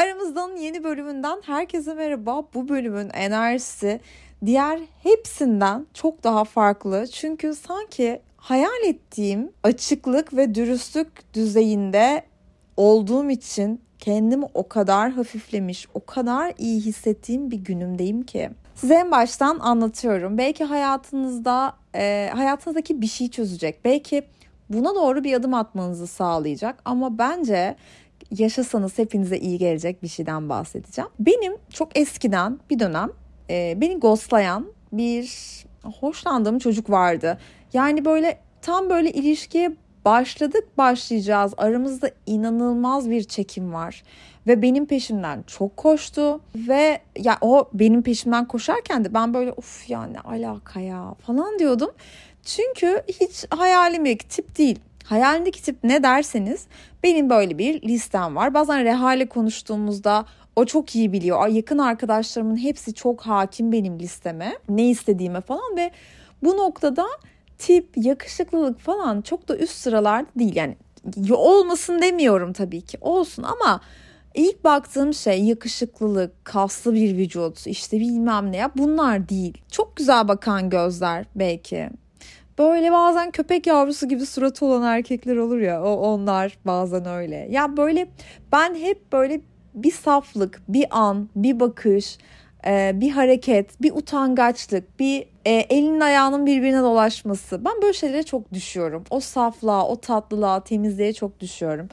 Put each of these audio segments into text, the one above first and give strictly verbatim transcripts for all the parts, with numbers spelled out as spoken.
Aramızdan yeni bölümünden herkese merhaba. Bu bölümün enerjisi diğer hepsinden çok daha farklı. Çünkü sanki hayal ettiğim açıklık ve dürüstlük düzeyinde olduğum için kendimi o kadar hafiflemiş, o kadar iyi hissettiğim bir günümdeyim ki. Size en baştan anlatıyorum. Belki hayatınızda, e, hayatınızdaki bir şey çözecek. Belki buna doğru bir adım atmanızı sağlayacak. Ama bence yaşasanız hepinize iyi gelecek bir şeyden bahsedeceğim. Benim çok eskiden bir dönem e, beni ghostlayan bir hoşlandığım çocuk vardı. Yani böyle tam böyle ilişkiye başladık başlayacağız. Aramızda inanılmaz bir çekim var. Ve benim peşimden çok koştu. Ve ya o benim peşimden koşarken de ben böyle of ya ne alaka ya falan diyordum. Çünkü hiç hayalimdeki tip değil. Hayalindeki tip ne derseniz benim böyle bir listem var. Bazen Rehal'le konuştuğumuzda o çok iyi biliyor. Yakın arkadaşlarımın hepsi çok hakim benim listeme. Ne istediğime falan ve bu noktada tip, yakışıklılık falan çok da üst sıralarda değil. Yani olmasın demiyorum tabii ki. Olsun ama ilk baktığım şey yakışıklılık, kaslı bir vücut, işte bilmem ne ya bunlar değil. Çok güzel bakan gözler belki. Böyle bazen köpek yavrusu gibi suratı olan erkekler olur ya, o onlar bazen öyle. Ya böyle ben hep böyle bir saflık, bir an, bir bakış, bir hareket, bir utangaçlık, bir elinin ayağının birbirine dolaşması. Ben böyle şeylere çok düşüyorum. O saflığa, o tatlılığa, temizliğe çok düşüyorum.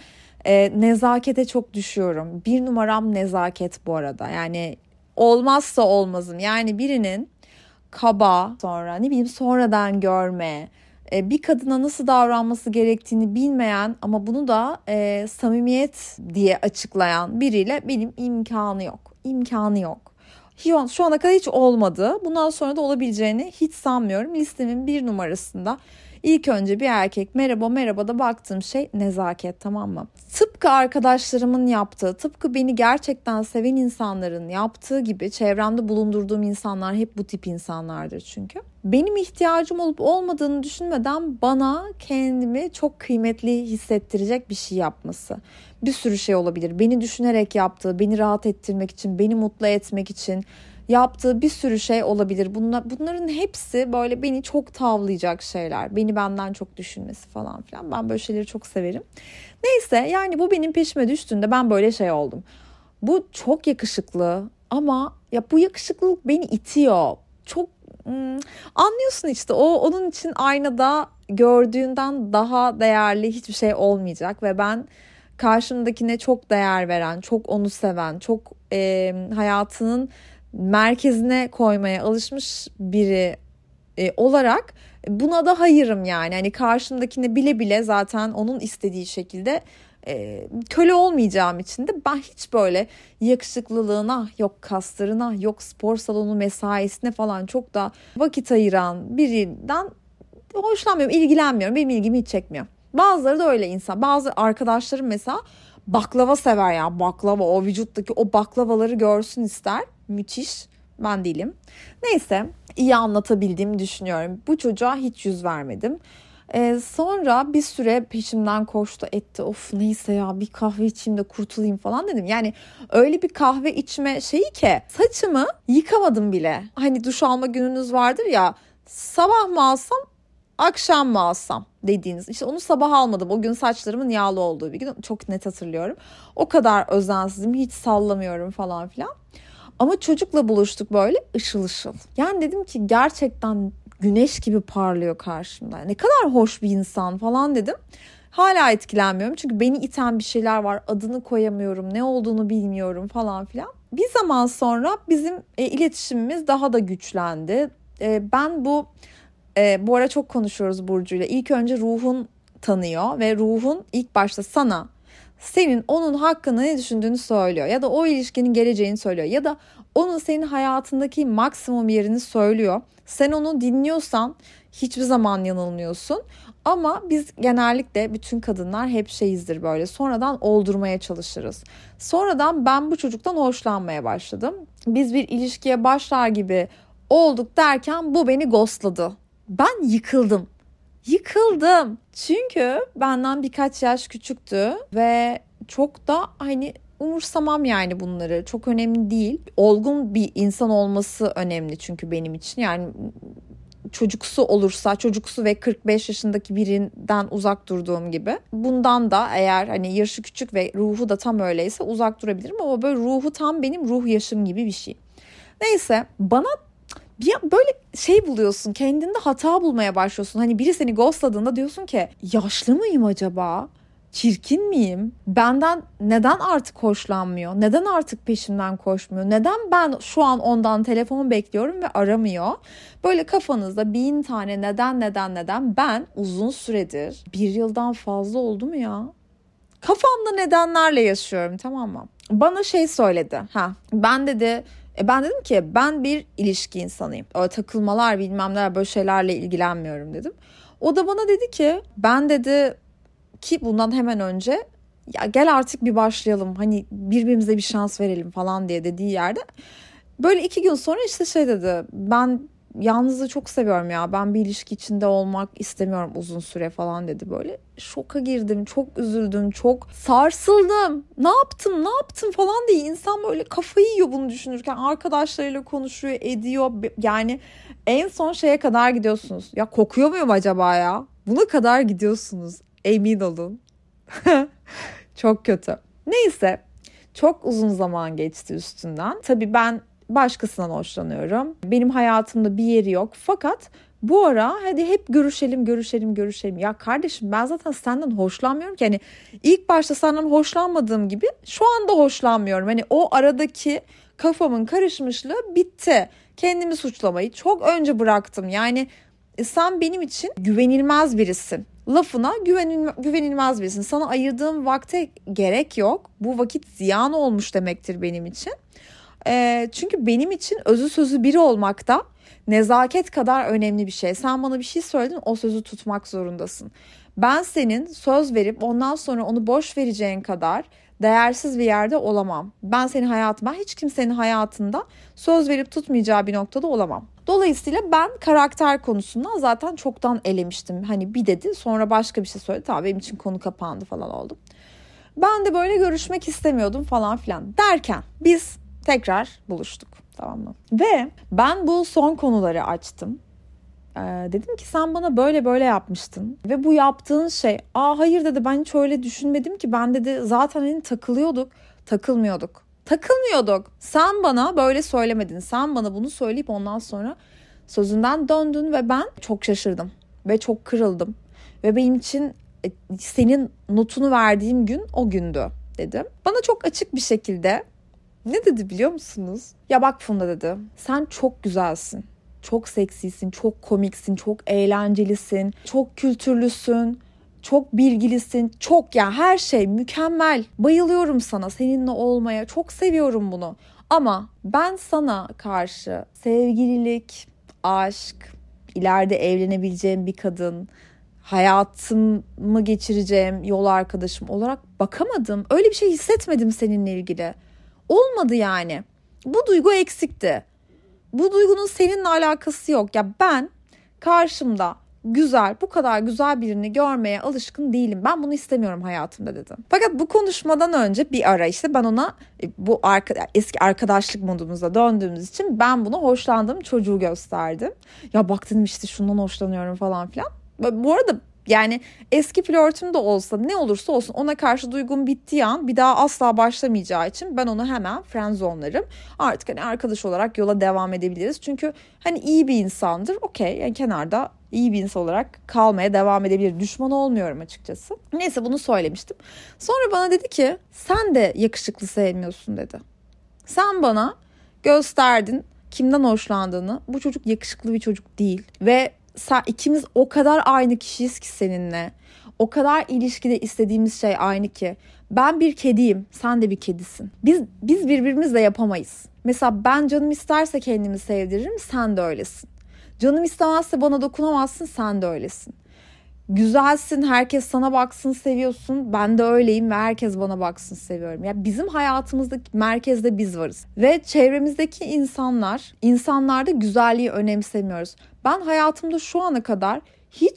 Nezakete çok düşüyorum. Bir numaram nezaket bu arada. Yani olmazsa olmazım. Yani birinin kaba, sonra ne bileyim sonradan görme, bir kadına nasıl davranması gerektiğini bilmeyen ama bunu da e, samimiyet diye açıklayan biriyle benim imkanı yok. İmkanı yok. Şu ana kadar hiç olmadı. Bundan sonra da olabileceğini hiç sanmıyorum. Listemin bir numarasında İlk önce bir erkek merhaba merhaba da baktığım şey nezaket, tamam mı? Tıpkı arkadaşlarımın yaptığı, tıpkı beni gerçekten seven insanların yaptığı gibi çevremde bulundurduğum insanlar hep bu tip insanlardır çünkü. Benim ihtiyacım olup olmadığını düşünmeden bana kendimi çok kıymetli hissettirecek bir şey yapması. Bir sürü şey olabilir. Beni düşünerek yaptığı, beni rahat ettirmek için, beni mutlu etmek için yaptığı bir sürü şey olabilir. Bunlar, bunların hepsi böyle beni çok tavlayacak şeyler. Beni benden çok düşünmesi falan filan. Ben böyle şeyleri çok severim. Neyse yani bu benim peşime düştüğünde ben böyle şey oldum. Bu çok yakışıklı ama ya bu yakışıklılık beni itiyor. Çok hmm, anlıyorsun işte o onun için aynada gördüğünden daha değerli hiçbir şey olmayacak. Ve ben karşımdakine çok değer veren, çok onu seven, çok e, hayatının merkezine koymaya alışmış biri e, olarak buna da hayırım yani. Hani karşımdakine bile bile zaten onun istediği şekilde e, köle olmayacağım için de ben hiç böyle yakışıklılığına, yok kaslarına, yok spor salonu mesaisine falan çok da vakit ayıran birinden hoşlanmıyorum, ilgilenmiyorum. Benim ilgimi hiç çekmiyor. Bazıları da öyle insan. Bazı arkadaşlarım mesela baklava sever ya. Baklava, o vücuttaki o baklavaları görsün ister. Müthiş. Ben değilim. Neyse, iyi anlatabildiğimi düşünüyorum. Bu çocuğa hiç yüz vermedim. Ee, sonra bir süre peşimden koştu etti. Of neyse ya bir kahve içeyim de kurtulayım falan dedim. Yani öyle bir kahve içme şeyi ki saçımı yıkamadım bile. Hani duş alma gününüz vardır ya, sabah mı alsam akşam mı alsam dediğiniz. İşte onu sabah almadım. O gün saçlarımın yağlı olduğu bir gün. Çok net hatırlıyorum. O kadar özensizim. Hiç sallamıyorum falan filan. Ama çocukla buluştuk böyle ışıl ışıl. Yani dedim ki gerçekten güneş gibi parlıyor karşımda. Ne kadar hoş bir insan falan dedim. Hala etkilenmiyorum. Çünkü beni iten bir şeyler var. Adını koyamıyorum. Ne olduğunu bilmiyorum falan filan. Bir zaman sonra bizim e, iletişimimiz daha da güçlendi. E, ben bu e, bu ara çok konuşuyoruz Burcu'yla. İlk önce ruhun tanıyor ve ruhun ilk başta sana senin onun hakkında ne düşündüğünü söylüyor ya da o ilişkinin geleceğini söylüyor ya da onun senin hayatındaki maksimum yerini söylüyor. Sen onu dinliyorsan hiçbir zaman yanılmıyorsun. Ama biz genellikle bütün kadınlar hep şeyizdir böyle sonradan oldurmaya çalışırız. Sonradan ben bu çocuktan hoşlanmaya başladım. Biz bir ilişkiye başlar gibi olduk derken bu beni ghostladı. Ben yıkıldım. Yıkıldım. Çünkü benden birkaç yaş küçüktü ve çok da hani umursamam yani bunları. Çok önemli değil. Olgun bir insan olması önemli çünkü benim için. Yani çocuksu olursa, çocuksu ve kırk beş yaşındaki birinden uzak durduğum gibi. Bundan da eğer hani yaşı küçük ve ruhu da tam öyleyse uzak durabilirim ama böyle ruhu tam benim ruh yaşım gibi bir şey. Neyse, bana bir böyle şey buluyorsun, kendinde hata bulmaya başlıyorsun. Hani biri seni ghostladığında diyorsun ki yaşlı mıyım acaba? Çirkin miyim? Benden neden artık hoşlanmıyor? Neden artık peşimden koşmuyor? Neden ben şu an ondan telefon bekliyorum ve aramıyor? Böyle kafanızda bin tane neden neden neden ben uzun süredir, bir yıldan fazla oldu mu ya? Kafamda nedenlerle yaşıyorum, tamam mı? Bana şey söyledi. Ha, ben dedi E ben dedim ki ben bir ilişki insanıyım. Öyle takılmalar bilmem neler böyle şeylerle ilgilenmiyorum dedim. O da bana dedi ki ben dedi ki bundan hemen önce ya gel artık bir başlayalım. Hani birbirimize bir şans verelim falan diye dediği yerde. Böyle iki gün sonra işte şey dedi, ben yalnızlığı çok seviyorum ya, ben bir ilişki içinde olmak istemiyorum uzun süre falan dedi. Böyle şoka girdim, çok üzüldüm, çok sarsıldım, ne yaptım ne yaptım falan diye insan böyle kafayı yiyor bunu düşünürken. Arkadaşlarıyla konuşuyor ediyor, yani en son şeye kadar gidiyorsunuz, ya kokuyor muyum acaba ya, buna kadar gidiyorsunuz, emin olun. Çok kötü. Neyse, çok uzun zaman geçti üstünden. Tabii ben başkasından hoşlanıyorum. Benim hayatımda bir yeri yok. Fakat bu ara hadi hep görüşelim, görüşelim, görüşelim. Ya kardeşim, ben zaten senden hoşlanmıyorum ki. Hani ilk başta senden hoşlanmadığım gibi şu anda hoşlanmıyorum. Hani o aradaki kafamın karışmışlığı bitti. Kendimi suçlamayı çok önce bıraktım. Yani e, sen benim için güvenilmez birisin. Lafına güvenil, güvenilmez birisin. Sana ayırdığım vakte gerek yok. Bu vakit ziyan olmuş demektir benim için. E, çünkü benim için özü sözü biri olmak da nezaket kadar önemli bir şey. Sen bana bir şey söyledin, o sözü tutmak zorundasın. Ben senin söz verip ondan sonra onu boş vereceğin kadar değersiz bir yerde olamam. Ben senin hayatında, hiç kimsenin hayatında söz verip tutmayacağı bir noktada olamam. Dolayısıyla ben karakter konusundan zaten çoktan elemiştim. Hani bir dedi, sonra başka bir şey söyledi. Tamam, benim için konu kapandı falan oldum. Ben de böyle görüşmek istemiyordum falan filan derken biz tekrar buluştuk, tamam mı? Ve ben bu son konuları açtım. Ee, dedim ki sen bana böyle böyle yapmıştın ve bu yaptığın şey, aa hayır dedi, ben hiç öyle düşünmedim ki, ben dedi zaten hani takılıyorduk, takılmıyorduk. Takılmıyorduk. Sen bana böyle söylemedin. Sen bana bunu söyleyip ondan sonra sözünden döndün ve ben çok şaşırdım ve çok kırıldım. Ve benim için senin notunu verdiğim gün o gündü dedim. Bana çok açık bir şekilde ne dedi biliyor musunuz? Ya bak Funda dedi, sen çok güzelsin. Çok seksisin, çok komiksin, çok eğlencelisin, çok kültürlüsün, çok bilgilisin, çok ya her şey mükemmel. Bayılıyorum sana, seninle olmaya, çok seviyorum bunu. Ama ben sana karşı sevgililik, aşk, ileride evlenebileceğim bir kadın, hayatımı geçireceğim yol arkadaşım olarak bakamadım. Öyle bir şey hissetmedim seninle ilgili. Olmadı yani. Bu duygu eksikti. Bu duygunun seninle alakası yok. Ya ben karşımda güzel, bu kadar güzel birini görmeye alışkın değilim. Ben bunu istemiyorum hayatımda dedim. Fakat bu konuşmadan önce bir ara işte ben ona bu arka, eski arkadaşlık modumuza döndüğümüz için ben bunu hoşlandığım çocuğu gösterdim. Ya bak dedim, işte şundan hoşlanıyorum falan filan. Bu arada yani eski flörtüm de olsa, ne olursa olsun, ona karşı duygum bittiği an bir daha asla başlamayacağı için ben onu hemen friendzone'larım. Artık hani arkadaş olarak yola devam edebiliriz. Çünkü hani iyi bir insandır. Okey, yani kenarda iyi bir insan olarak kalmaya devam edebilir. Düşman olmuyorum açıkçası. Neyse, bunu söylemiştim. Sonra bana dedi ki sen de yakışıklı sevmiyorsun dedi. Sen bana gösterdin kimden hoşlandığını. Bu çocuk yakışıklı bir çocuk değil. Ve sen, ikimiz o kadar aynı kişiyiz ki seninle. O kadar ilişkide istediğimiz şey aynı ki. Ben bir kediyim, sen de bir kedisin. Biz biz birbirimizle yapamayız. Mesela ben canım isterse kendimi sevdiririm, sen de öylesin. Canım istemezse bana dokunamazsın, sen de öylesin. Güzelsin, herkes sana baksın seviyorsun. Ben de öyleyim ve herkes bana baksın seviyorum. Ya bizim hayatımızdaki merkezde biz varız. Ve çevremizdeki insanlar, insanlarda güzelliği önemsemiyoruz. Ben hayatımda şu ana kadar hiç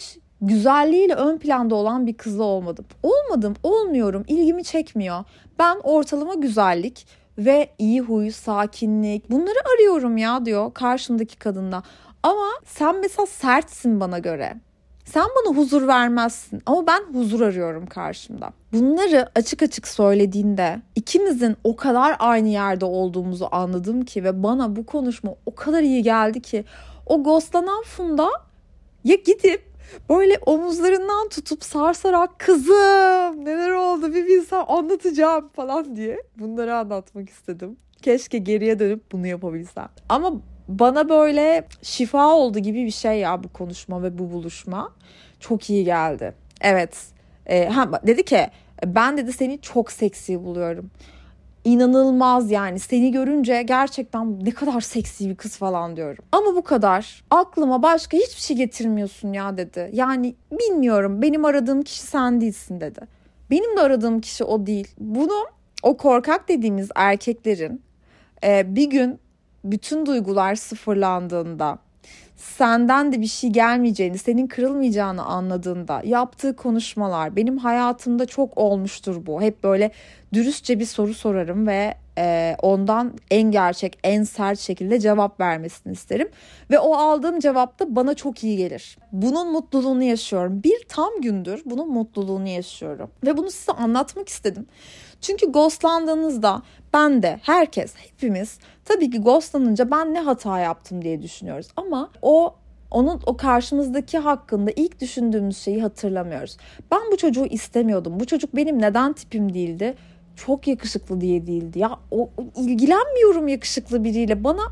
güzelliğiyle ön planda olan bir kızla olmadım. Olmadım, olmuyorum, ilgimi çekmiyor. Ben ortalama güzellik ve iyi huy, sakinlik bunları arıyorum ya diyor karşımdaki kadında. Ama sen mesela sertsin bana göre. Sen bana huzur vermezsin ama ben huzur arıyorum karşımda. Bunları açık açık söylediğinde ikimizin o kadar aynı yerde olduğumuzu anladım ki ve bana bu konuşma o kadar iyi geldi ki o ghostlanan Funda ya gidip böyle omuzlarından tutup sarsarak kızım neler oldu bir bilsem anlatacağım falan diye bunları anlatmak istedim. Keşke geriye dönüp bunu yapabilsem. Ama bana böyle şifa oldu gibi bir şey ya bu konuşma ve bu buluşma. Çok iyi geldi. Evet. E, ha, dedi ki ben dedi seni çok seksi buluyorum. İnanılmaz yani seni görünce gerçekten ne kadar seksi bir kız falan diyorum. Ama bu kadar. Aklıma başka hiçbir şey getirmiyorsun ya dedi. Yani bilmiyorum benim aradığım kişi sen değilsin dedi. Benim de aradığım kişi o değil. Bunu o korkak dediğimiz erkeklerin e, bir gün bütün duygular sıfırlandığında, senden de bir şey gelmeyeceğini, senin kırılmayacağını anladığında yaptığı konuşmalar benim hayatımda çok olmuştur bu. Hep böyle dürüstçe bir soru sorarım ve e, ondan en gerçek, en sert şekilde cevap vermesini isterim. Ve o aldığım cevap da bana çok iyi gelir. Bunun mutluluğunu yaşıyorum. Bir tam gündür bunun mutluluğunu yaşıyorum. Ve bunu size anlatmak istedim. Çünkü ghostlandığınızda ben de, herkes, hepimiz tabii ki ghostlanınca ben ne hata yaptım diye düşünüyoruz. Ama o onun o karşımızdaki hakkında ilk düşündüğümüz şeyi hatırlamıyoruz. Ben bu çocuğu istemiyordum. Bu çocuk benim neden tipim değildi? Çok yakışıklı diye değildi. Ya o, o ilgilenmiyorum yakışıklı biriyle. Bana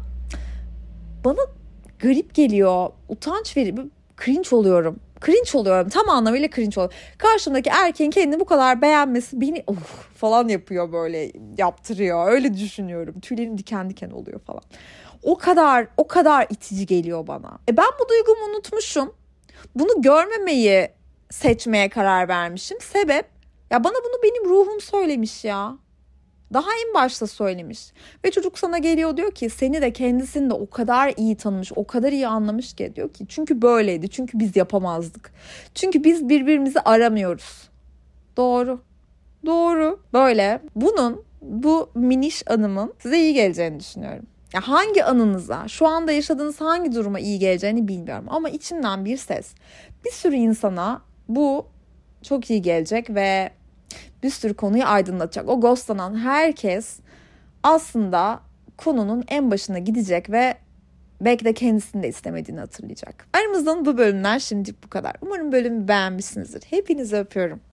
bana garip geliyor. Utanç veriyor. Cringe oluyorum. Cringe oluyorum. Tam anlamıyla cringe oluyorum. Karşımdaki erkeğin kendini bu kadar beğenmesi beni of falan yapıyor böyle yaptırıyor. Öyle düşünüyorum. Tüylerim diken diken oluyor falan. O kadar o kadar itici geliyor bana. E ben bu duygumu unutmuşum. Bunu görmemeyi seçmeye karar vermişim. Sebep ya bana bunu benim ruhum söylemiş ya. Daha en başta söylemiş. Ve çocuk sana geliyor diyor ki seni de kendisini de o kadar iyi tanımış, o kadar iyi anlamış ki diyor ki çünkü böyleydi, çünkü biz yapamazdık. Çünkü biz birbirimizi aramıyoruz. Doğru. Doğru. Böyle bunun, bu miniş anımın size iyi geleceğini düşünüyorum. Ya hangi anınıza, şu anda yaşadığınız hangi duruma iyi geleceğini bilmiyorum. Ama içimden bir ses bir sürü insana bu çok iyi gelecek ve bir sürü konuyu aydınlatacak. O ghostlanan herkes aslında konunun en başına gidecek ve belki de kendisini de istemediğini hatırlayacak. Aramızdan bu bölümler şimdilik bu kadar. Umarım bölümü beğenmişsinizdir. Hepinizi öpüyorum.